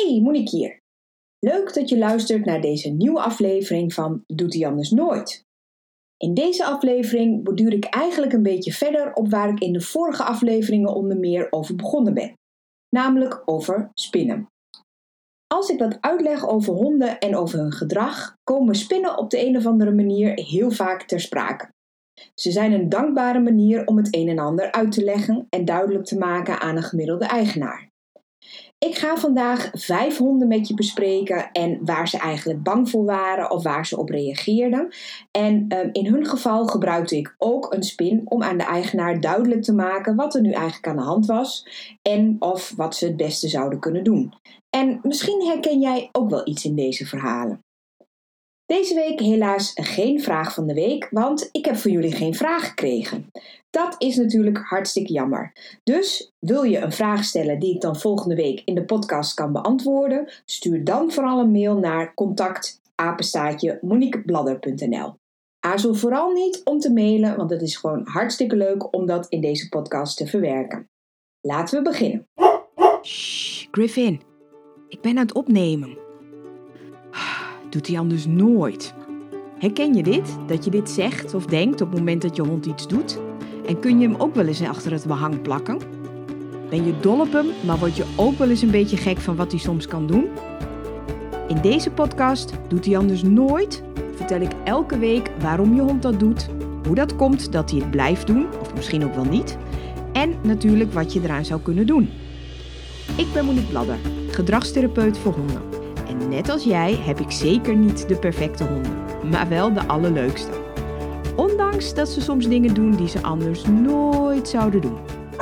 Hey, Monique hier. Leuk dat je luistert naar deze nieuwe aflevering van Doet hij anders nooit. In deze aflevering borduur ik eigenlijk een beetje verder op waar ik in de vorige afleveringen onder meer over begonnen ben. Namelijk over spinnen. Als ik wat uitleg over honden en over hun gedrag, komen spinnen op de een of andere manier heel vaak ter sprake. Ze zijn een dankbare manier om het een en ander uit te leggen en duidelijk te maken aan een gemiddelde eigenaar. Ik ga vandaag 5 honden met je bespreken en waar ze eigenlijk bang voor waren of waar ze op reageerden. En in hun geval gebruikte ik ook een spin om aan de eigenaar duidelijk te maken wat er nu eigenlijk aan de hand was en of wat ze het beste zouden kunnen doen. En misschien herken jij ook wel iets in deze verhalen. Deze week helaas geen vraag van de week, want ik heb voor jullie geen vraag gekregen. Dat is natuurlijk hartstikke jammer. Dus wil je een vraag stellen die ik dan volgende week in de podcast kan beantwoorden? Stuur dan vooral een mail naar contact@moniquebladder.nl. Aarzel vooral niet om te mailen, want het is gewoon hartstikke leuk om dat in deze podcast te verwerken. Laten we beginnen. Shh, Griffin. Ik ben aan het opnemen. Doet hij anders nooit. Herken je dit? Dat je dit zegt of denkt op het moment dat je hond iets doet? En kun je hem ook wel eens achter het behang plakken? Ben je dol op hem, maar word je ook wel eens een beetje gek van wat hij soms kan doen? In deze podcast Doet hij anders nooit vertel ik elke week waarom je hond dat doet, hoe dat komt dat hij het blijft doen, of misschien ook wel niet, en natuurlijk wat je eraan zou kunnen doen. Ik ben Monique Bladder, gedragstherapeut voor honden. En net als jij heb ik zeker niet de perfecte honden, maar wel de allerleukste. Ondanks dat ze soms dingen doen die ze anders nooit zouden doen.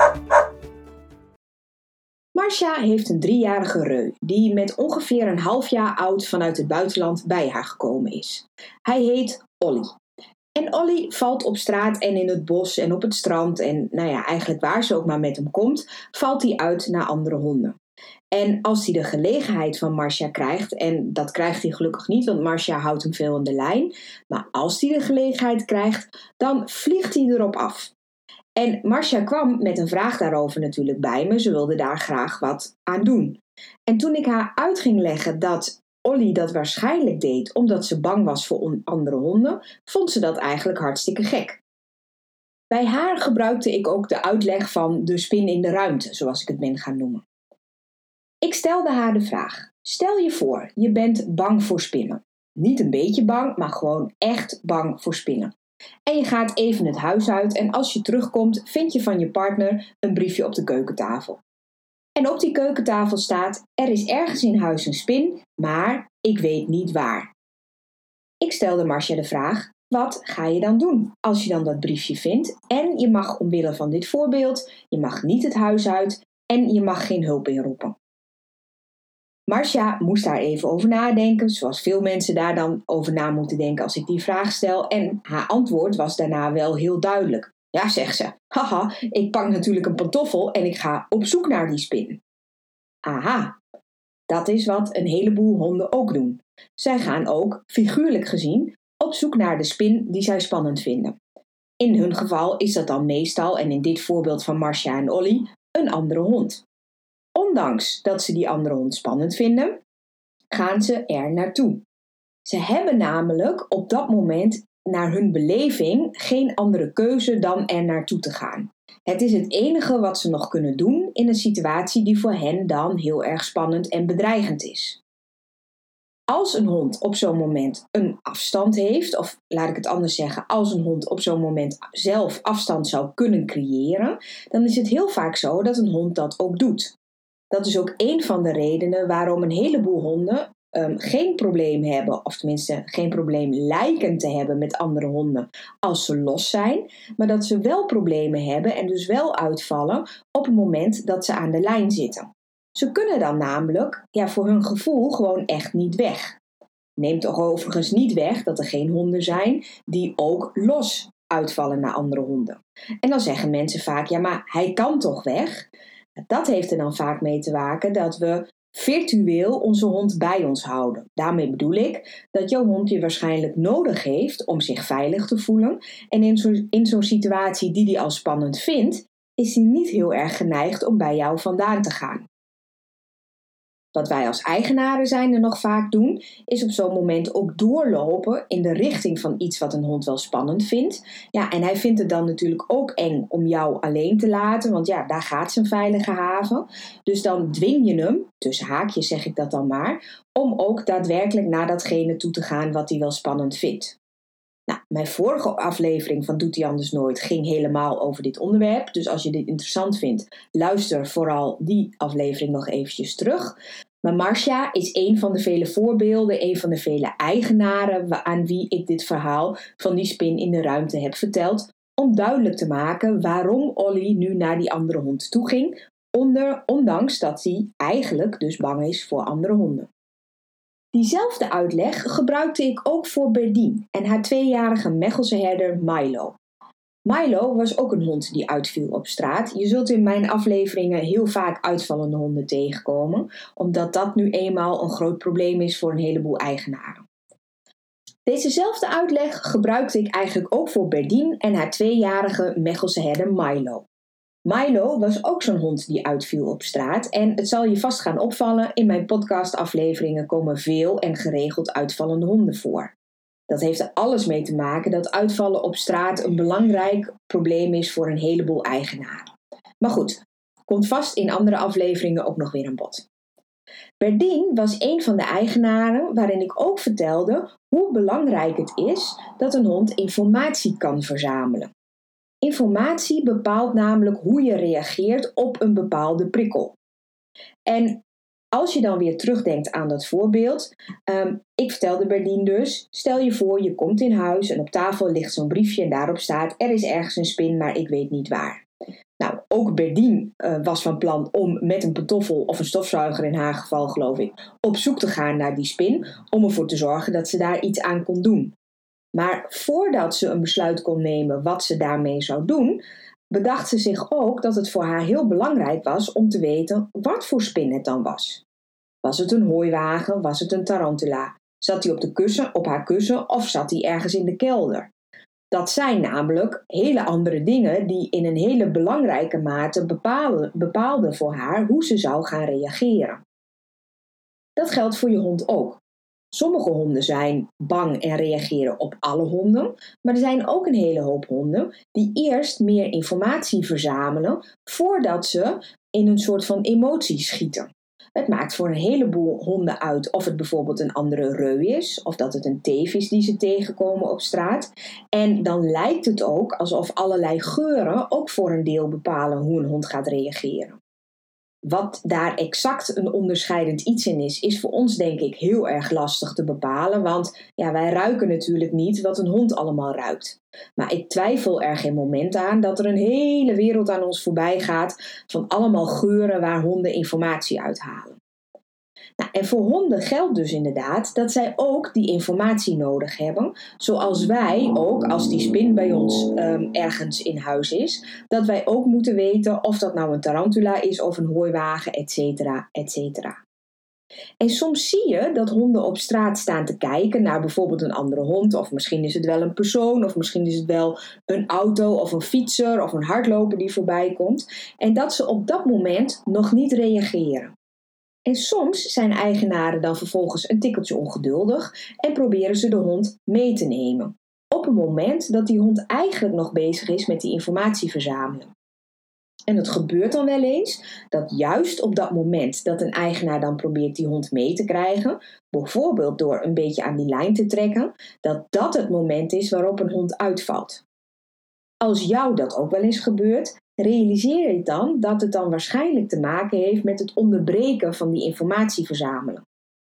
Marcia heeft een 3-jarige reu die met ongeveer een half jaar oud vanuit het buitenland bij haar gekomen is. Hij heet Olly. En Olly valt op straat en in het bos en op het strand en eigenlijk waar ze ook maar met hem komt, valt hij uit naar andere honden. En als hij de gelegenheid van Marcia krijgt, en dat krijgt hij gelukkig niet, want Marcia houdt hem veel aan de lijn, maar als hij de gelegenheid krijgt, dan vliegt hij erop af. En Marcia kwam met een vraag daarover natuurlijk bij me, ze wilde daar graag wat aan doen. En toen ik haar uit ging leggen dat Olly dat waarschijnlijk deed omdat ze bang was voor andere honden, vond ze dat eigenlijk hartstikke gek. Bij haar gebruikte ik ook de uitleg van de spin in de ruimte, zoals ik het ben gaan noemen. Ik stelde haar de vraag: stel je voor, je bent bang voor spinnen. Niet een beetje bang, maar gewoon echt bang voor spinnen. En je gaat even het huis uit en als je terugkomt, vind je van je partner een briefje op de keukentafel. En op die keukentafel staat: er is ergens in huis een spin, maar ik weet niet waar. Ik stelde Marcia de vraag: wat ga je dan doen als je dan dat briefje vindt? En je mag omwille van dit voorbeeld, je mag niet het huis uit en je mag geen hulp inroepen. Marcia moest daar even over nadenken, zoals veel mensen daar dan over na moeten denken als ik die vraag stel. En haar antwoord was daarna wel heel duidelijk. Ja, zegt ze, haha, ik pak natuurlijk een pantoffel en ik ga op zoek naar die spin. Aha, dat is wat een heleboel honden ook doen. Zij gaan ook, figuurlijk gezien, op zoek naar de spin die zij spannend vinden. In hun geval is dat dan meestal, en in dit voorbeeld van Marcia en Olly, een andere hond. Ondanks dat ze die andere hond spannend vinden, gaan ze er naartoe. Ze hebben namelijk op dat moment naar hun beleving geen andere keuze dan er naartoe te gaan. Het is het enige wat ze nog kunnen doen in een situatie die voor hen dan heel erg spannend en bedreigend is. Als een hond op zo'n moment een afstand heeft, of laat ik het anders zeggen, als een hond op zo'n moment zelf afstand zou kunnen creëren, dan is het heel vaak zo dat een hond dat ook doet. Dat is ook een van de redenen waarom een heleboel honden geen probleem hebben, of tenminste geen probleem lijken te hebben met andere honden als ze los zijn, maar dat ze wel problemen hebben en dus wel uitvallen op het moment dat ze aan de lijn zitten. Ze kunnen dan namelijk voor hun gevoel gewoon echt niet weg. Neemt toch overigens niet weg dat er geen honden zijn die ook los uitvallen naar andere honden. En dan zeggen mensen vaak, ja maar hij kan toch weg? Dat heeft er dan vaak mee te maken dat we virtueel onze hond bij ons houden. Daarmee bedoel ik dat jouw hond je waarschijnlijk nodig heeft om zich veilig te voelen. En in zo'n situatie die hij al spannend vindt, is hij niet heel erg geneigd om bij jou vandaan te gaan. Wat wij als eigenaren zijnde nog vaak doen, is op zo'n moment ook doorlopen in de richting van iets wat een hond wel spannend vindt. Ja, en hij vindt het dan natuurlijk ook eng om jou alleen te laten, want ja, daar gaat zijn veilige haven. Dus dan dwing je hem, tussen haakjes zeg ik dat dan maar, om ook daadwerkelijk naar datgene toe te gaan wat hij wel spannend vindt. Nou, mijn vorige aflevering van Doet hij anders nooit ging helemaal over dit onderwerp. Dus als je dit interessant vindt, luister vooral die aflevering nog eventjes terug. Maar Marcia is een van de vele voorbeelden, een van de vele eigenaren aan wie ik dit verhaal van die spin in de ruimte heb verteld. Om duidelijk te maken waarom Olly nu naar die andere hond toe ging. Ondanks dat hij eigenlijk dus bang is voor andere honden. Diezelfde uitleg gebruikte ik ook voor Berdine en haar 2-jarige Mechelse herder Milo. Milo was ook een hond die uitviel op straat. Je zult in mijn afleveringen heel vaak uitvallende honden tegenkomen, omdat dat nu eenmaal een groot probleem is voor een heleboel eigenaren. Dezezelfde uitleg gebruikte ik eigenlijk ook voor Berdine en haar 2-jarige Mechelse herder Milo. Milo was ook zo'n hond die uitviel op straat en het zal je vast gaan opvallen, in mijn podcastafleveringen komen veel en geregeld uitvallende honden voor. Dat heeft er alles mee te maken dat uitvallen op straat een belangrijk probleem is voor een heleboel eigenaren. Maar goed, komt vast in andere afleveringen ook nog weer aan bod. Berdine was een van de eigenaren waarin ik ook vertelde hoe belangrijk het is dat een hond informatie kan verzamelen. Informatie bepaalt namelijk hoe je reageert op een bepaalde prikkel. En als je dan weer terugdenkt aan dat voorbeeld, ik vertelde Berdine dus, stel je voor je komt in huis en op tafel ligt zo'n briefje en daarop staat er is ergens een spin, maar ik weet niet waar. Nou, ook Berdine was van plan om met een pantoffel of een stofzuiger in haar geval geloof ik, op zoek te gaan naar die spin om ervoor te zorgen dat ze daar iets aan kon doen. Maar voordat ze een besluit kon nemen wat ze daarmee zou doen, bedacht ze zich ook dat het voor haar heel belangrijk was om te weten wat voor spin het dan was. Was het een hooiwagen? Was het een tarantula? Zat hij op haar kussen of zat hij ergens in de kelder? Dat zijn namelijk hele andere dingen die in een hele belangrijke mate bepaalden voor haar hoe ze zou gaan reageren. Dat geldt voor je hond ook. Sommige honden zijn bang en reageren op alle honden, maar er zijn ook een hele hoop honden die eerst meer informatie verzamelen voordat ze in een soort van emotie schieten. Het maakt voor een heleboel honden uit of het bijvoorbeeld een andere reu is of dat het een teef is die ze tegenkomen op straat. En dan lijkt het ook alsof allerlei geuren ook voor een deel bepalen hoe een hond gaat reageren. Wat daar exact een onderscheidend iets in is voor ons denk ik heel erg lastig te bepalen. Want ja, wij ruiken natuurlijk niet wat een hond allemaal ruikt. Maar ik twijfel er geen moment aan dat er een hele wereld aan ons voorbij gaat van allemaal geuren waar honden informatie uithalen. Nou, en voor honden geldt dus inderdaad dat zij ook die informatie nodig hebben, zoals wij ook, als die spin bij ons ergens in huis is, dat wij ook moeten weten of dat nou een tarantula is of een hooiwagen, etcetera, etcetera. En soms zie je dat honden op straat staan te kijken naar bijvoorbeeld een andere hond, of misschien is het wel een persoon, of misschien is het wel een auto of een fietser of een hardloper die voorbij komt, en dat ze op dat moment nog niet reageren. En soms zijn eigenaren dan vervolgens een tikkeltje ongeduldig en proberen ze de hond mee te nemen. Op een moment dat die hond eigenlijk nog bezig is met die informatie verzamelen. En het gebeurt dan wel eens dat juist op dat moment dat een eigenaar dan probeert die hond mee te krijgen, bijvoorbeeld door een beetje aan die lijn te trekken, dat dat het moment is waarop een hond uitvalt. Als jou dat ook wel eens gebeurt, realiseer je dan dat het dan waarschijnlijk te maken heeft met het onderbreken van die informatie verzamelen.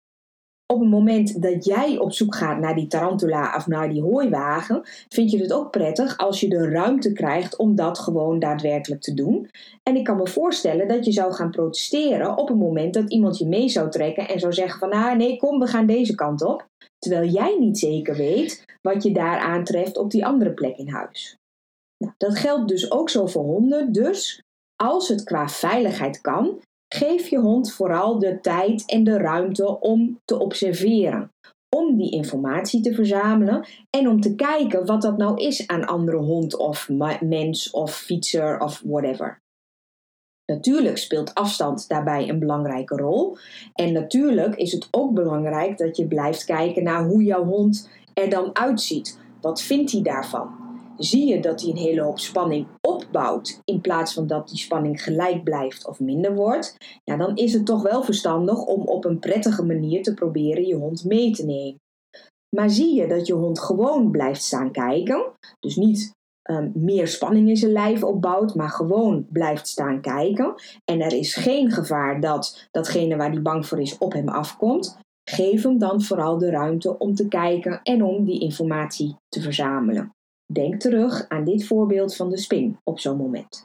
Op het moment dat jij op zoek gaat naar die tarantula of naar die hooiwagen, vind je het ook prettig als je de ruimte krijgt om dat gewoon daadwerkelijk te doen. En ik kan me voorstellen dat je zou gaan protesteren op het moment dat iemand je mee zou trekken en zou zeggen van nee, kom, we gaan deze kant op. Terwijl jij niet zeker weet wat je daar aantreft op die andere plek in huis. Nou, dat geldt dus ook zo voor honden. Dus als het qua veiligheid kan, geef je hond vooral de tijd en de ruimte om te observeren. Om die informatie te verzamelen en om te kijken wat dat nou is aan andere hond of mens of fietser of whatever. Natuurlijk speelt afstand daarbij een belangrijke rol. En natuurlijk is het ook belangrijk dat je blijft kijken naar hoe jouw hond er dan uitziet. Wat vindt hij daarvan? Zie je dat hij een hele hoop spanning opbouwt in plaats van dat die spanning gelijk blijft of minder wordt? Ja, dan is het toch wel verstandig om op een prettige manier te proberen je hond mee te nemen. Maar zie je dat je hond gewoon blijft staan kijken, dus niet meer spanning in zijn lijf opbouwt, maar gewoon blijft staan kijken en er is geen gevaar dat datgene waar hij bang voor is op hem afkomt, geef hem dan vooral de ruimte om te kijken en om die informatie te verzamelen. Denk terug aan dit voorbeeld van de spin op zo'n moment.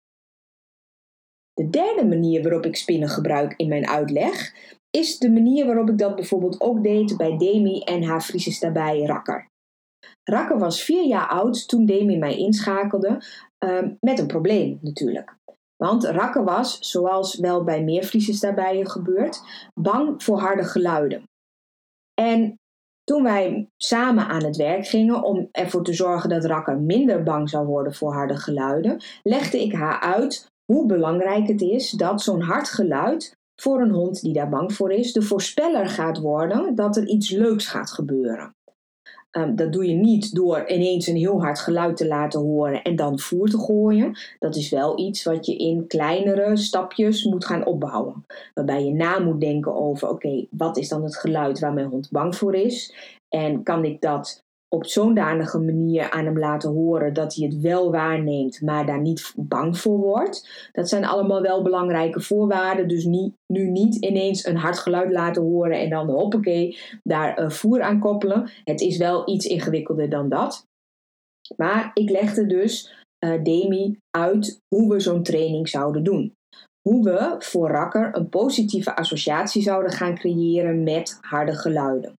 De derde manier waarop ik spinnen gebruik in mijn uitleg is de manier waarop ik dat bijvoorbeeld ook deed bij Demi en haar Friese stabai Rakker. Rakker was 4 jaar oud toen Demi mij inschakelde, met een probleem natuurlijk. Want Rakker was, zoals wel bij meer Friese stabijen gebeurt, bang voor harde geluiden. En toen wij samen aan het werk gingen om ervoor te zorgen dat Rakker minder bang zou worden voor harde geluiden, legde ik haar uit hoe belangrijk het is dat zo'n hard geluid voor een hond die daar bang voor is, de voorspeller gaat worden dat er iets leuks gaat gebeuren. Dat doe je niet door ineens een heel hard geluid te laten horen en dan voer te gooien. Dat is wel iets wat je in kleinere stapjes moet gaan opbouwen. Waarbij je na moet denken over, oké, wat is dan het geluid waar mijn hond bang voor is? En kan ik dat op zo'n danige manier aan hem laten horen dat hij het wel waarneemt, maar daar niet bang voor wordt. Dat zijn allemaal wel belangrijke voorwaarden. Dus nu niet ineens een hard geluid laten horen en dan hoppakee, daar voer aan koppelen. Het is wel iets ingewikkelder dan dat. Maar ik legde dus Demi uit hoe we zo'n training zouden doen. Hoe we voor Rakker een positieve associatie zouden gaan creëren met harde geluiden.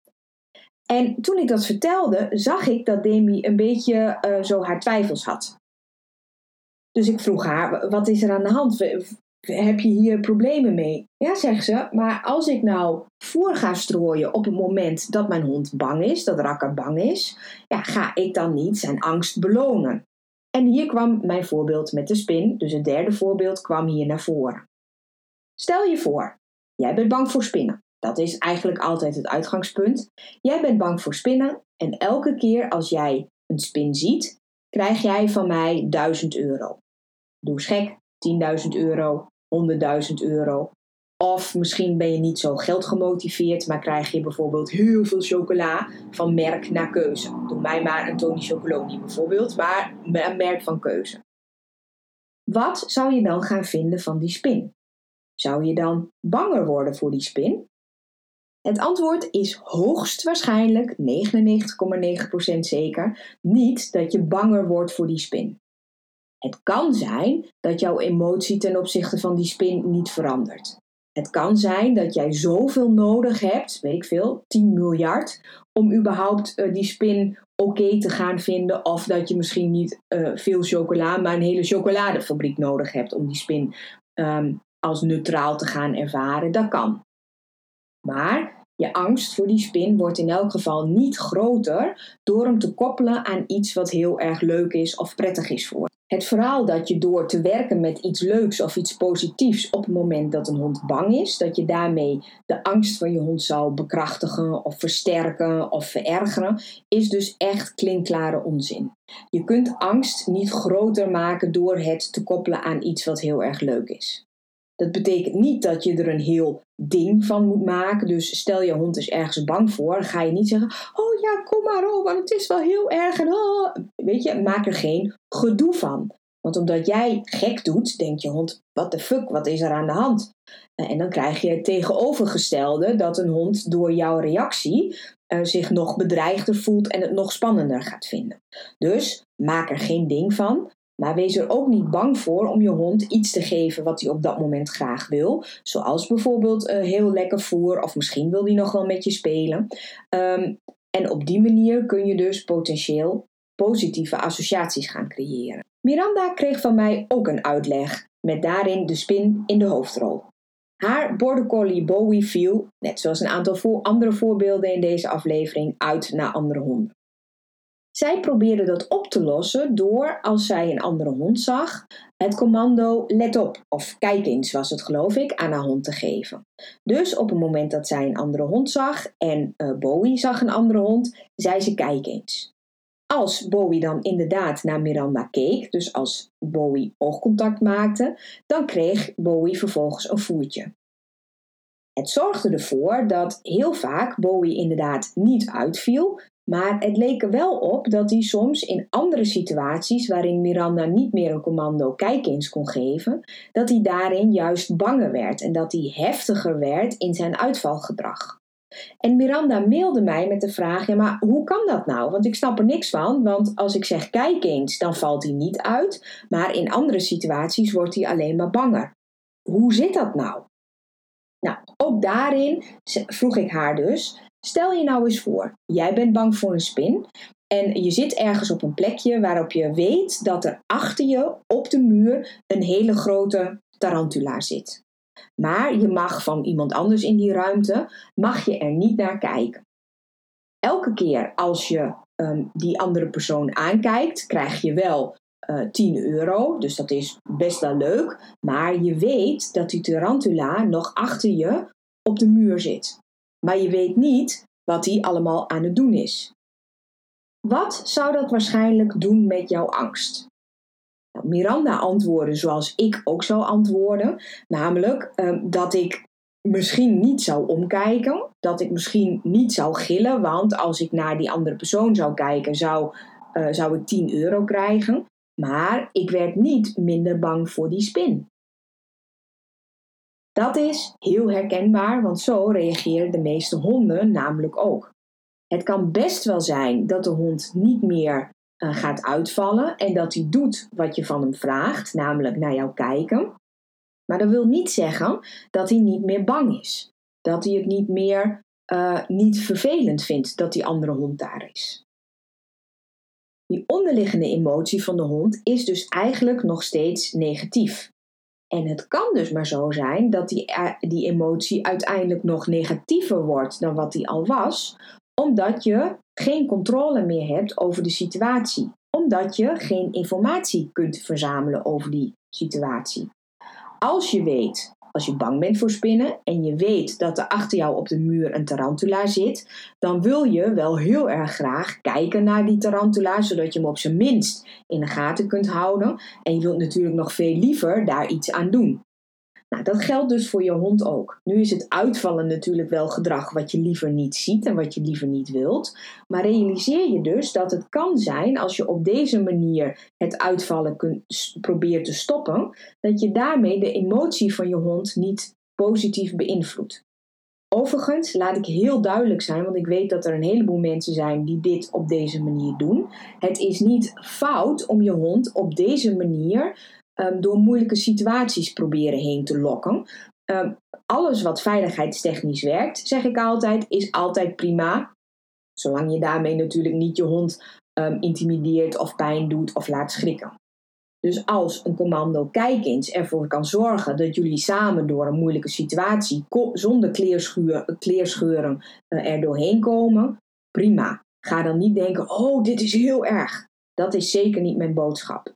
En toen ik dat vertelde, zag ik dat Demi een beetje zo haar twijfels had. Dus ik vroeg haar, wat is er aan de hand? Heb je hier problemen mee? Ja, zegt ze, maar als ik nou voer ga strooien op het moment dat mijn hond bang is, dat Rakker bang is, ja, ga ik dan niet zijn angst belonen? En hier kwam mijn voorbeeld met de spin, dus het derde voorbeeld kwam hier naar voren. Stel je voor, jij bent bang voor spinnen. Dat is eigenlijk altijd het uitgangspunt. Jij bent bang voor spinnen en elke keer als jij een spin ziet, krijg jij van mij 1000 euro. Doe eens gek, 10.000 euro, 100.000 euro. Of misschien ben je niet zo geldgemotiveerd, maar krijg je bijvoorbeeld heel veel chocola van merk naar keuze. Doe mij maar een Tony Chocoloni bijvoorbeeld, maar een merk van keuze. Wat zou je dan gaan vinden van die spin? Zou je dan banger worden voor die spin? Het antwoord is hoogstwaarschijnlijk, 99,9% zeker, niet dat je banger wordt voor die spin. Het kan zijn dat jouw emotie ten opzichte van die spin niet verandert. Het kan zijn dat jij zoveel nodig hebt, weet ik veel, 10 miljard, om überhaupt die spin oké te gaan vinden. Of dat je misschien niet veel chocola, maar een hele chocoladefabriek nodig hebt om die spin als neutraal te gaan ervaren. Dat kan. Maar je angst voor die spin wordt in elk geval niet groter door hem te koppelen aan iets wat heel erg leuk is of prettig is voor je. Het verhaal dat je door te werken met iets leuks of iets positiefs op het moment dat een hond bang is, dat je daarmee de angst van je hond zou bekrachtigen of versterken of verergeren, is dus echt klinkklare onzin. Je kunt angst niet groter maken door het te koppelen aan iets wat heel erg leuk is. Dat betekent niet dat je er een heel ding van moet maken. Dus stel je hond is ergens bang voor, dan ga je niet zeggen, oh ja, kom maar op, want het is wel heel erg. En weet je, maak er geen gedoe van. Want omdat jij gek doet, denkt je hond, what the fuck, wat is er aan de hand? En dan krijg je het tegenovergestelde, dat een hond door jouw reactie zich nog bedreigder voelt en het nog spannender gaat vinden. Dus maak er geen ding van. Maar wees er ook niet bang voor om je hond iets te geven wat hij op dat moment graag wil. Zoals bijvoorbeeld heel lekker voer of misschien wil hij nog wel met je spelen. En op die manier kun je dus potentieel positieve associaties gaan creëren. Miranda kreeg van mij ook een uitleg met daarin de spin in de hoofdrol. Haar Border Collie Bowie viel, net zoals een aantal andere voorbeelden in deze aflevering, uit naar andere honden. Zij probeerde dat op te lossen door, als zij een andere hond zag, het commando let op, of kijk eens was het geloof ik, aan haar hond te geven. Dus op het moment dat zij een andere hond zag en Bowie zag een andere hond, zei ze kijk eens. Als Bowie dan inderdaad naar Miranda keek, dus als Bowie oogcontact maakte, dan kreeg Bowie vervolgens een voertje. Het zorgde ervoor dat heel vaak Bowie inderdaad niet uitviel, maar het leek er wel op dat hij soms in andere situaties waarin Miranda niet meer een commando kijk eens kon geven, dat hij daarin juist banger werd en dat hij heftiger werd in zijn uitvalgedrag. En Miranda mailde mij met de vraag, ja maar hoe kan dat nou? Want ik snap er niks van, want als ik zeg kijk eens, dan valt hij niet uit, maar in andere situaties wordt hij alleen maar banger. Hoe zit dat nou? Nou, ook daarin vroeg ik haar dus, stel je nou eens voor, jij bent bang voor een spin en je zit ergens op een plekje waarop je weet dat er achter je op de muur een hele grote tarantula zit. Maar je mag van iemand anders in die ruimte, mag je er niet naar kijken. Elke keer als je die andere persoon aankijkt, krijg je wel €10, dus dat is best wel leuk. Maar je weet dat die tarantula nog achter je op de muur zit. Maar je weet niet wat hij allemaal aan het doen is. Wat zou dat waarschijnlijk doen met jouw angst? Nou, Miranda antwoordde zoals ik ook zou antwoorden. Namelijk dat ik misschien niet zou omkijken. Dat ik misschien niet zou gillen. Want als ik naar die andere persoon zou kijken, zou ik €10 krijgen. Maar ik werd niet minder bang voor die spin. Dat is heel herkenbaar, want zo reageren de meeste honden namelijk ook. Het kan best wel zijn dat de hond niet meer gaat uitvallen en dat hij doet wat je van hem vraagt, namelijk naar jou kijken. Maar dat wil niet zeggen dat hij niet meer bang is. Dat hij het niet meer niet vervelend vindt dat die andere hond daar is. Die onderliggende emotie van de hond is dus eigenlijk nog steeds negatief. En het kan dus maar zo zijn dat die emotie uiteindelijk nog negatiever wordt dan wat die al was, omdat je geen controle meer hebt over de situatie. Omdat je geen informatie kunt verzamelen over die situatie. Als je bang bent voor spinnen en je weet dat er achter jou op de muur een tarantula zit, dan wil je wel heel erg graag kijken naar die tarantula, zodat je hem op zijn minst in de gaten kunt houden. En je wilt natuurlijk nog veel liever daar iets aan doen. Nou, dat geldt dus voor je hond ook. Nu is het uitvallen natuurlijk wel gedrag wat je liever niet ziet en wat je liever niet wilt. Maar realiseer je dus dat het kan zijn, als je op deze manier het uitvallen probeert te stoppen, dat je daarmee de emotie van je hond niet positief beïnvloedt. Overigens, laat ik heel duidelijk zijn, want ik weet dat er een heleboel mensen zijn die dit op deze manier doen. Het is niet fout om je hond op deze manier door moeilijke situaties proberen heen te lokken. Alles wat veiligheidstechnisch werkt, zeg ik altijd, is altijd prima. Zolang je daarmee natuurlijk niet je hond intimideert of pijn doet of laat schrikken. Dus als een commando kijk eens ervoor kan zorgen dat jullie samen door een moeilijke situatie zonder kleerscheuren er doorheen komen, prima. Ga dan niet denken, oh dit is heel erg. Dat is zeker niet mijn boodschap.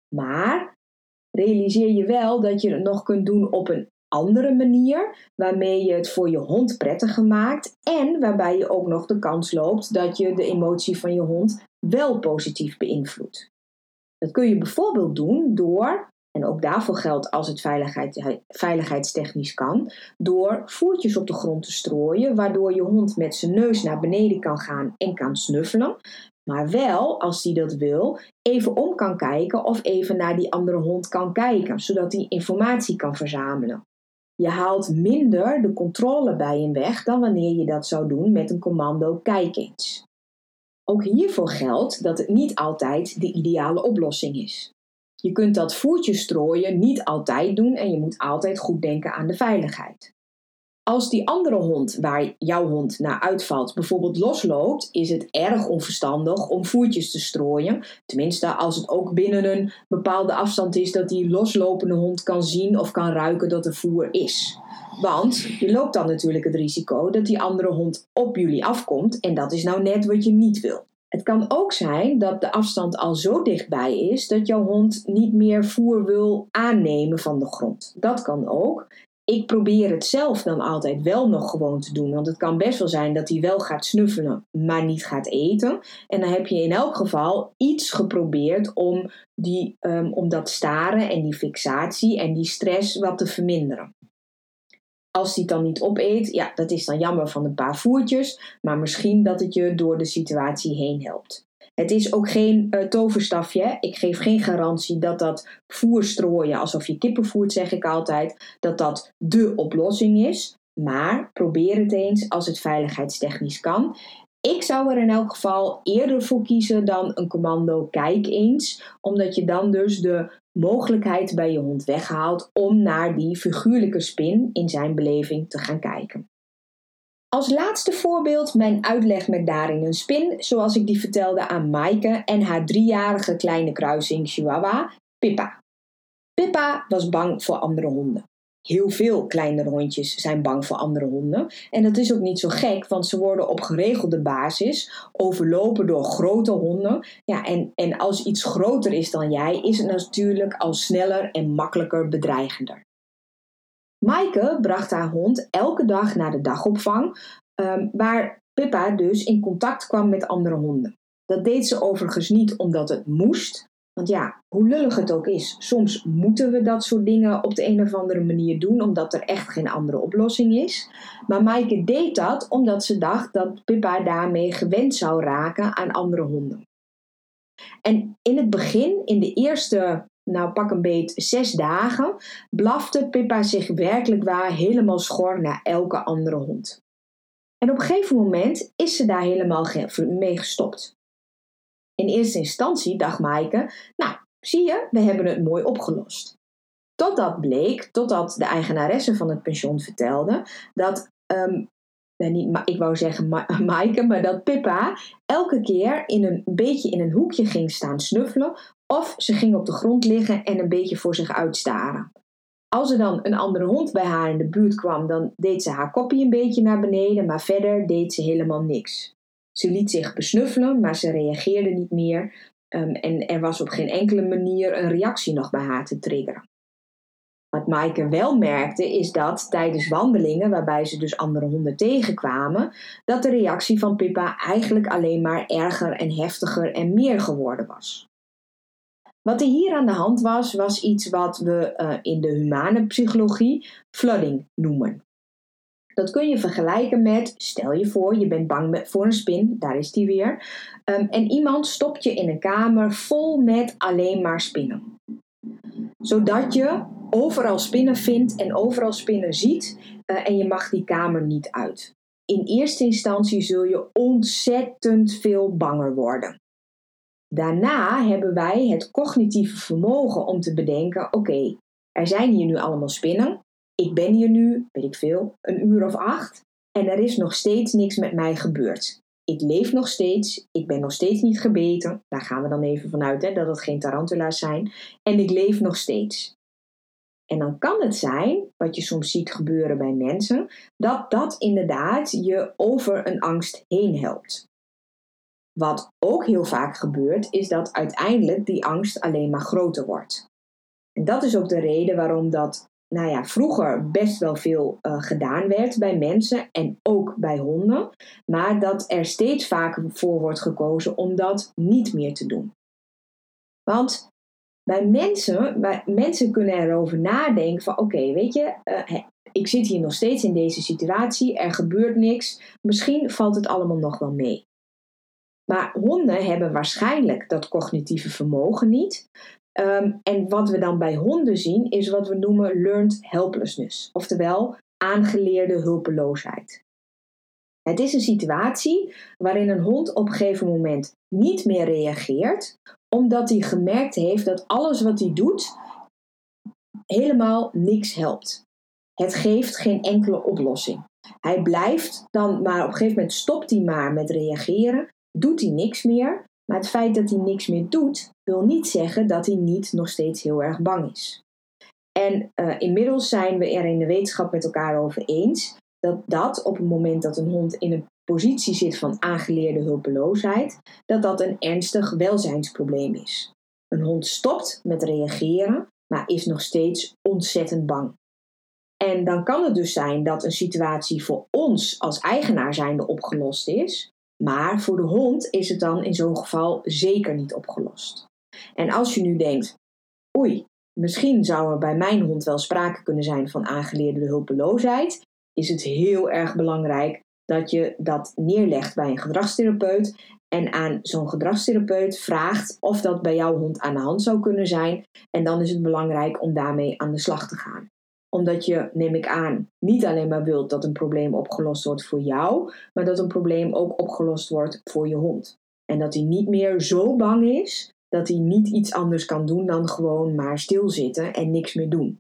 Maar realiseer je wel dat je het nog kunt doen op een andere manier, waarmee je het voor je hond prettiger maakt en waarbij je ook nog de kans loopt dat je de emotie van je hond wel positief beïnvloedt. Dat kun je bijvoorbeeld doen door, en ook daarvoor geldt als het veiligheidstechnisch kan, door voertjes op de grond te strooien, waardoor je hond met zijn neus naar beneden kan gaan en kan snuffelen. Maar wel, als hij dat wil, even om kan kijken of even naar die andere hond kan kijken, zodat hij informatie kan verzamelen. Je haalt minder de controle bij hem weg dan wanneer je dat zou doen met een commando kijk eens. Ook hiervoor geldt dat het niet altijd de ideale oplossing is. Je kunt dat voertjes strooien niet altijd doen en je moet altijd goed denken aan de veiligheid. Als die andere hond waar jouw hond naar uitvalt bijvoorbeeld losloopt, is het erg onverstandig om voertjes te strooien. Tenminste, als het ook binnen een bepaalde afstand is dat die loslopende hond kan zien of kan ruiken dat er voer is. Want je loopt dan natuurlijk het risico dat die andere hond op jullie afkomt en dat is nou net wat je niet wil. Het kan ook zijn dat de afstand al zo dichtbij is dat jouw hond niet meer voer wil aannemen van de grond. Dat kan ook. Ik probeer het zelf dan altijd wel nog gewoon te doen, want het kan best wel zijn dat hij wel gaat snuffelen, maar niet gaat eten. En dan heb je in elk geval iets geprobeerd om dat staren en die fixatie en die stress wat te verminderen. Als hij het dan niet opeet, ja, dat is dan jammer van een paar voertjes, maar misschien dat het je door de situatie heen helpt. Het is ook geen toverstafje. Ik geef geen garantie dat voer strooien, alsof je kippen voert, zeg ik altijd, dat dé oplossing is. Maar probeer het eens als het veiligheidstechnisch kan. Ik zou er in elk geval eerder voor kiezen dan een commando kijk eens, omdat je dan dus de mogelijkheid bij je hond weghaalt om naar die figuurlijke spin in zijn beleving te gaan kijken. Als laatste voorbeeld mijn uitleg met daarin een spin, zoals ik die vertelde aan Maaike en haar 3-jarige kleine kruising Chihuahua, Pippa. Pippa was bang voor andere honden. Heel veel kleinere hondjes zijn bang voor andere honden. En dat is ook niet zo gek, want ze worden op geregelde basis overlopen door grote honden. Ja, en als iets groter is dan jij, is het natuurlijk al sneller en makkelijker bedreigender. Maaike bracht haar hond elke dag naar de dagopvang, waar Pippa dus in contact kwam met andere honden. Dat deed ze overigens niet omdat het moest. Want ja, hoe lullig het ook is, soms moeten we dat soort dingen op de een of andere manier doen, omdat er echt geen andere oplossing is. Maar Maaike deed dat omdat ze dacht dat Pippa daarmee gewend zou raken aan andere honden. En in het begin, in de eerste, pak een beet 6 dagen, blafte Pippa zich werkelijk waar helemaal schor naar elke andere hond. En op een gegeven moment is ze daar helemaal mee gestopt. In eerste instantie dacht Maaike, nou, zie je, we hebben het mooi opgelost. Totdat de eigenaresse van het pension vertelde dat, ik wou zeggen Maaike, maar dat Pippa elke keer een beetje in een hoekje ging staan snuffelen of ze ging op de grond liggen en een beetje voor zich uitstaren. Als er dan een andere hond bij haar in de buurt kwam, dan deed ze haar kopje een beetje naar beneden, maar verder deed ze helemaal niks. Ze liet zich besnuffelen, maar ze reageerde niet meer en er was op geen enkele manier een reactie nog bij haar te triggeren. Wat Maaike wel merkte is dat tijdens wandelingen, waarbij ze dus andere honden tegenkwamen, dat de reactie van Pippa eigenlijk alleen maar erger en heftiger en meer geworden was. Wat er hier aan de hand was, was iets wat we in de humane psychologie flooding noemen. Dat kun je vergelijken met, stel je voor, je bent bang voor een spin, daar is die weer, en iemand stopt je in een kamer vol met alleen maar spinnen. Zodat je overal spinnen vindt en overal spinnen ziet en je mag die kamer niet uit. In eerste instantie zul je ontzettend veel banger worden. Daarna hebben wij het cognitieve vermogen om te bedenken, oké, er zijn hier nu allemaal spinnen. Ik ben hier nu, weet ik veel, 1 uur of 8 en er is nog steeds niks met mij gebeurd. Ik leef nog steeds, ik ben nog steeds niet gebeten. Daar gaan we dan even vanuit dat het geen tarantula's zijn. En ik leef nog steeds. En dan kan het zijn, wat je soms ziet gebeuren bij mensen, dat inderdaad je over een angst heen helpt. Wat ook heel vaak gebeurt, is dat uiteindelijk die angst alleen maar groter wordt. En dat is ook de reden waarom dat vroeger best wel veel gedaan werd bij mensen en ook bij honden. Maar dat er steeds vaker voor wordt gekozen om dat niet meer te doen. Want bij mensen kunnen erover nadenken van oké, weet je, ik zit hier nog steeds in deze situatie, er gebeurt niks, misschien valt het allemaal nog wel mee. Maar honden hebben waarschijnlijk dat cognitieve vermogen niet. En wat we dan bij honden zien is wat we noemen learned helplessness. Oftewel aangeleerde hulpeloosheid. Het is een situatie waarin een hond op een gegeven moment niet meer reageert. Omdat hij gemerkt heeft dat alles wat hij doet helemaal niks helpt. Het geeft geen enkele oplossing. Hij blijft dan, maar op een gegeven moment stopt hij maar met reageren. Doet hij niks meer. Maar het feit dat hij niks meer doet, wil niet zeggen dat hij niet nog steeds heel erg bang is. En inmiddels zijn we er in de wetenschap met elkaar over eens dat op het moment dat een hond in een positie zit van aangeleerde hulpeloosheid, dat een ernstig welzijnsprobleem is. Een hond stopt met reageren, maar is nog steeds ontzettend bang. En dan kan het dus zijn dat een situatie voor ons als eigenaar zijnde opgelost is, maar voor de hond is het dan in zo'n geval zeker niet opgelost. En als je nu denkt, oei, misschien zou er bij mijn hond wel sprake kunnen zijn van aangeleerde hulpeloosheid, is het heel erg belangrijk dat je dat neerlegt bij een gedragstherapeut en aan zo'n gedragstherapeut vraagt of dat bij jouw hond aan de hand zou kunnen zijn. En dan is het belangrijk om daarmee aan de slag te gaan. Omdat je, neem ik aan, niet alleen maar wilt dat een probleem opgelost wordt voor jou, maar dat een probleem ook opgelost wordt voor je hond. En dat hij niet meer zo bang is dat hij niet iets anders kan doen dan gewoon maar stilzitten en niks meer doen.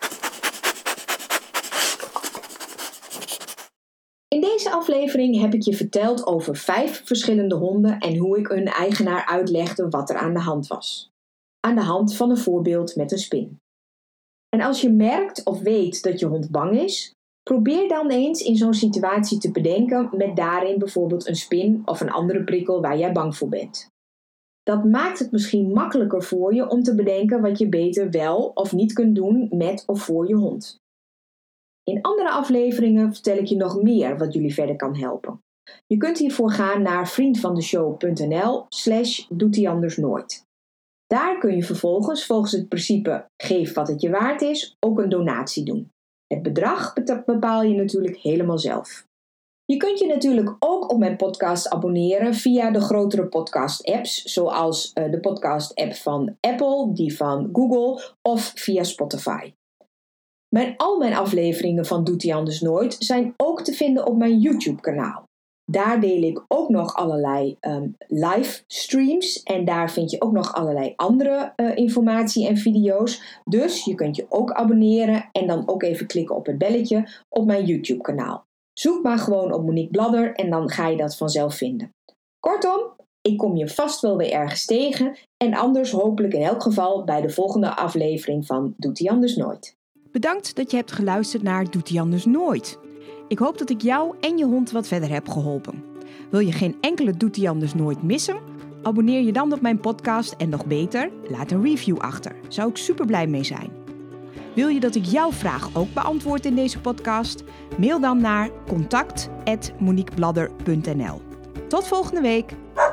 In deze aflevering heb ik je verteld over 5 verschillende honden en hoe ik hun eigenaar uitlegde wat er aan de hand was. Aan de hand van een voorbeeld met een spin. En als je merkt of weet dat je hond bang is, probeer dan eens in zo'n situatie te bedenken met daarin bijvoorbeeld een spin of een andere prikkel waar jij bang voor bent. Dat maakt het misschien makkelijker voor je om te bedenken wat je beter wel of niet kunt doen met of voor je hond. In andere afleveringen vertel ik je nog meer wat jullie verder kan helpen. Je kunt hiervoor gaan naar vriendvandeshow.nl/doetieandersnooit. Daar kun je vervolgens volgens het principe geef wat het je waard is ook een donatie doen. Het bedrag bepaal je natuurlijk helemaal zelf. Je kunt je natuurlijk ook op mijn podcast abonneren via de grotere podcast-apps, zoals de podcast-app van Apple, die van Google of via Spotify. Al mijn afleveringen van Doet hij anders nooit zijn ook te vinden op mijn YouTube-kanaal. Daar deel ik ook nog allerlei livestreams en daar vind je ook nog allerlei andere informatie en video's. Dus je kunt je ook abonneren en dan ook even klikken op het belletje op mijn YouTube-kanaal. Zoek maar gewoon op Monique Bladder en dan ga je dat vanzelf vinden. Kortom, ik kom je vast wel weer ergens tegen en anders hopelijk in elk geval bij de volgende aflevering van Doet hij anders nooit. Bedankt dat je hebt geluisterd naar Doet hij anders nooit. Ik hoop dat ik jou en je hond wat verder heb geholpen. Wil je geen enkele Doet hij anders nooit missen? Abonneer je dan op mijn podcast en nog beter, laat een review achter. Zou ik super blij mee zijn. Wil je dat ik jouw vraag ook beantwoord in deze podcast? Mail dan naar contact@moniquebladder.nl. Tot volgende week!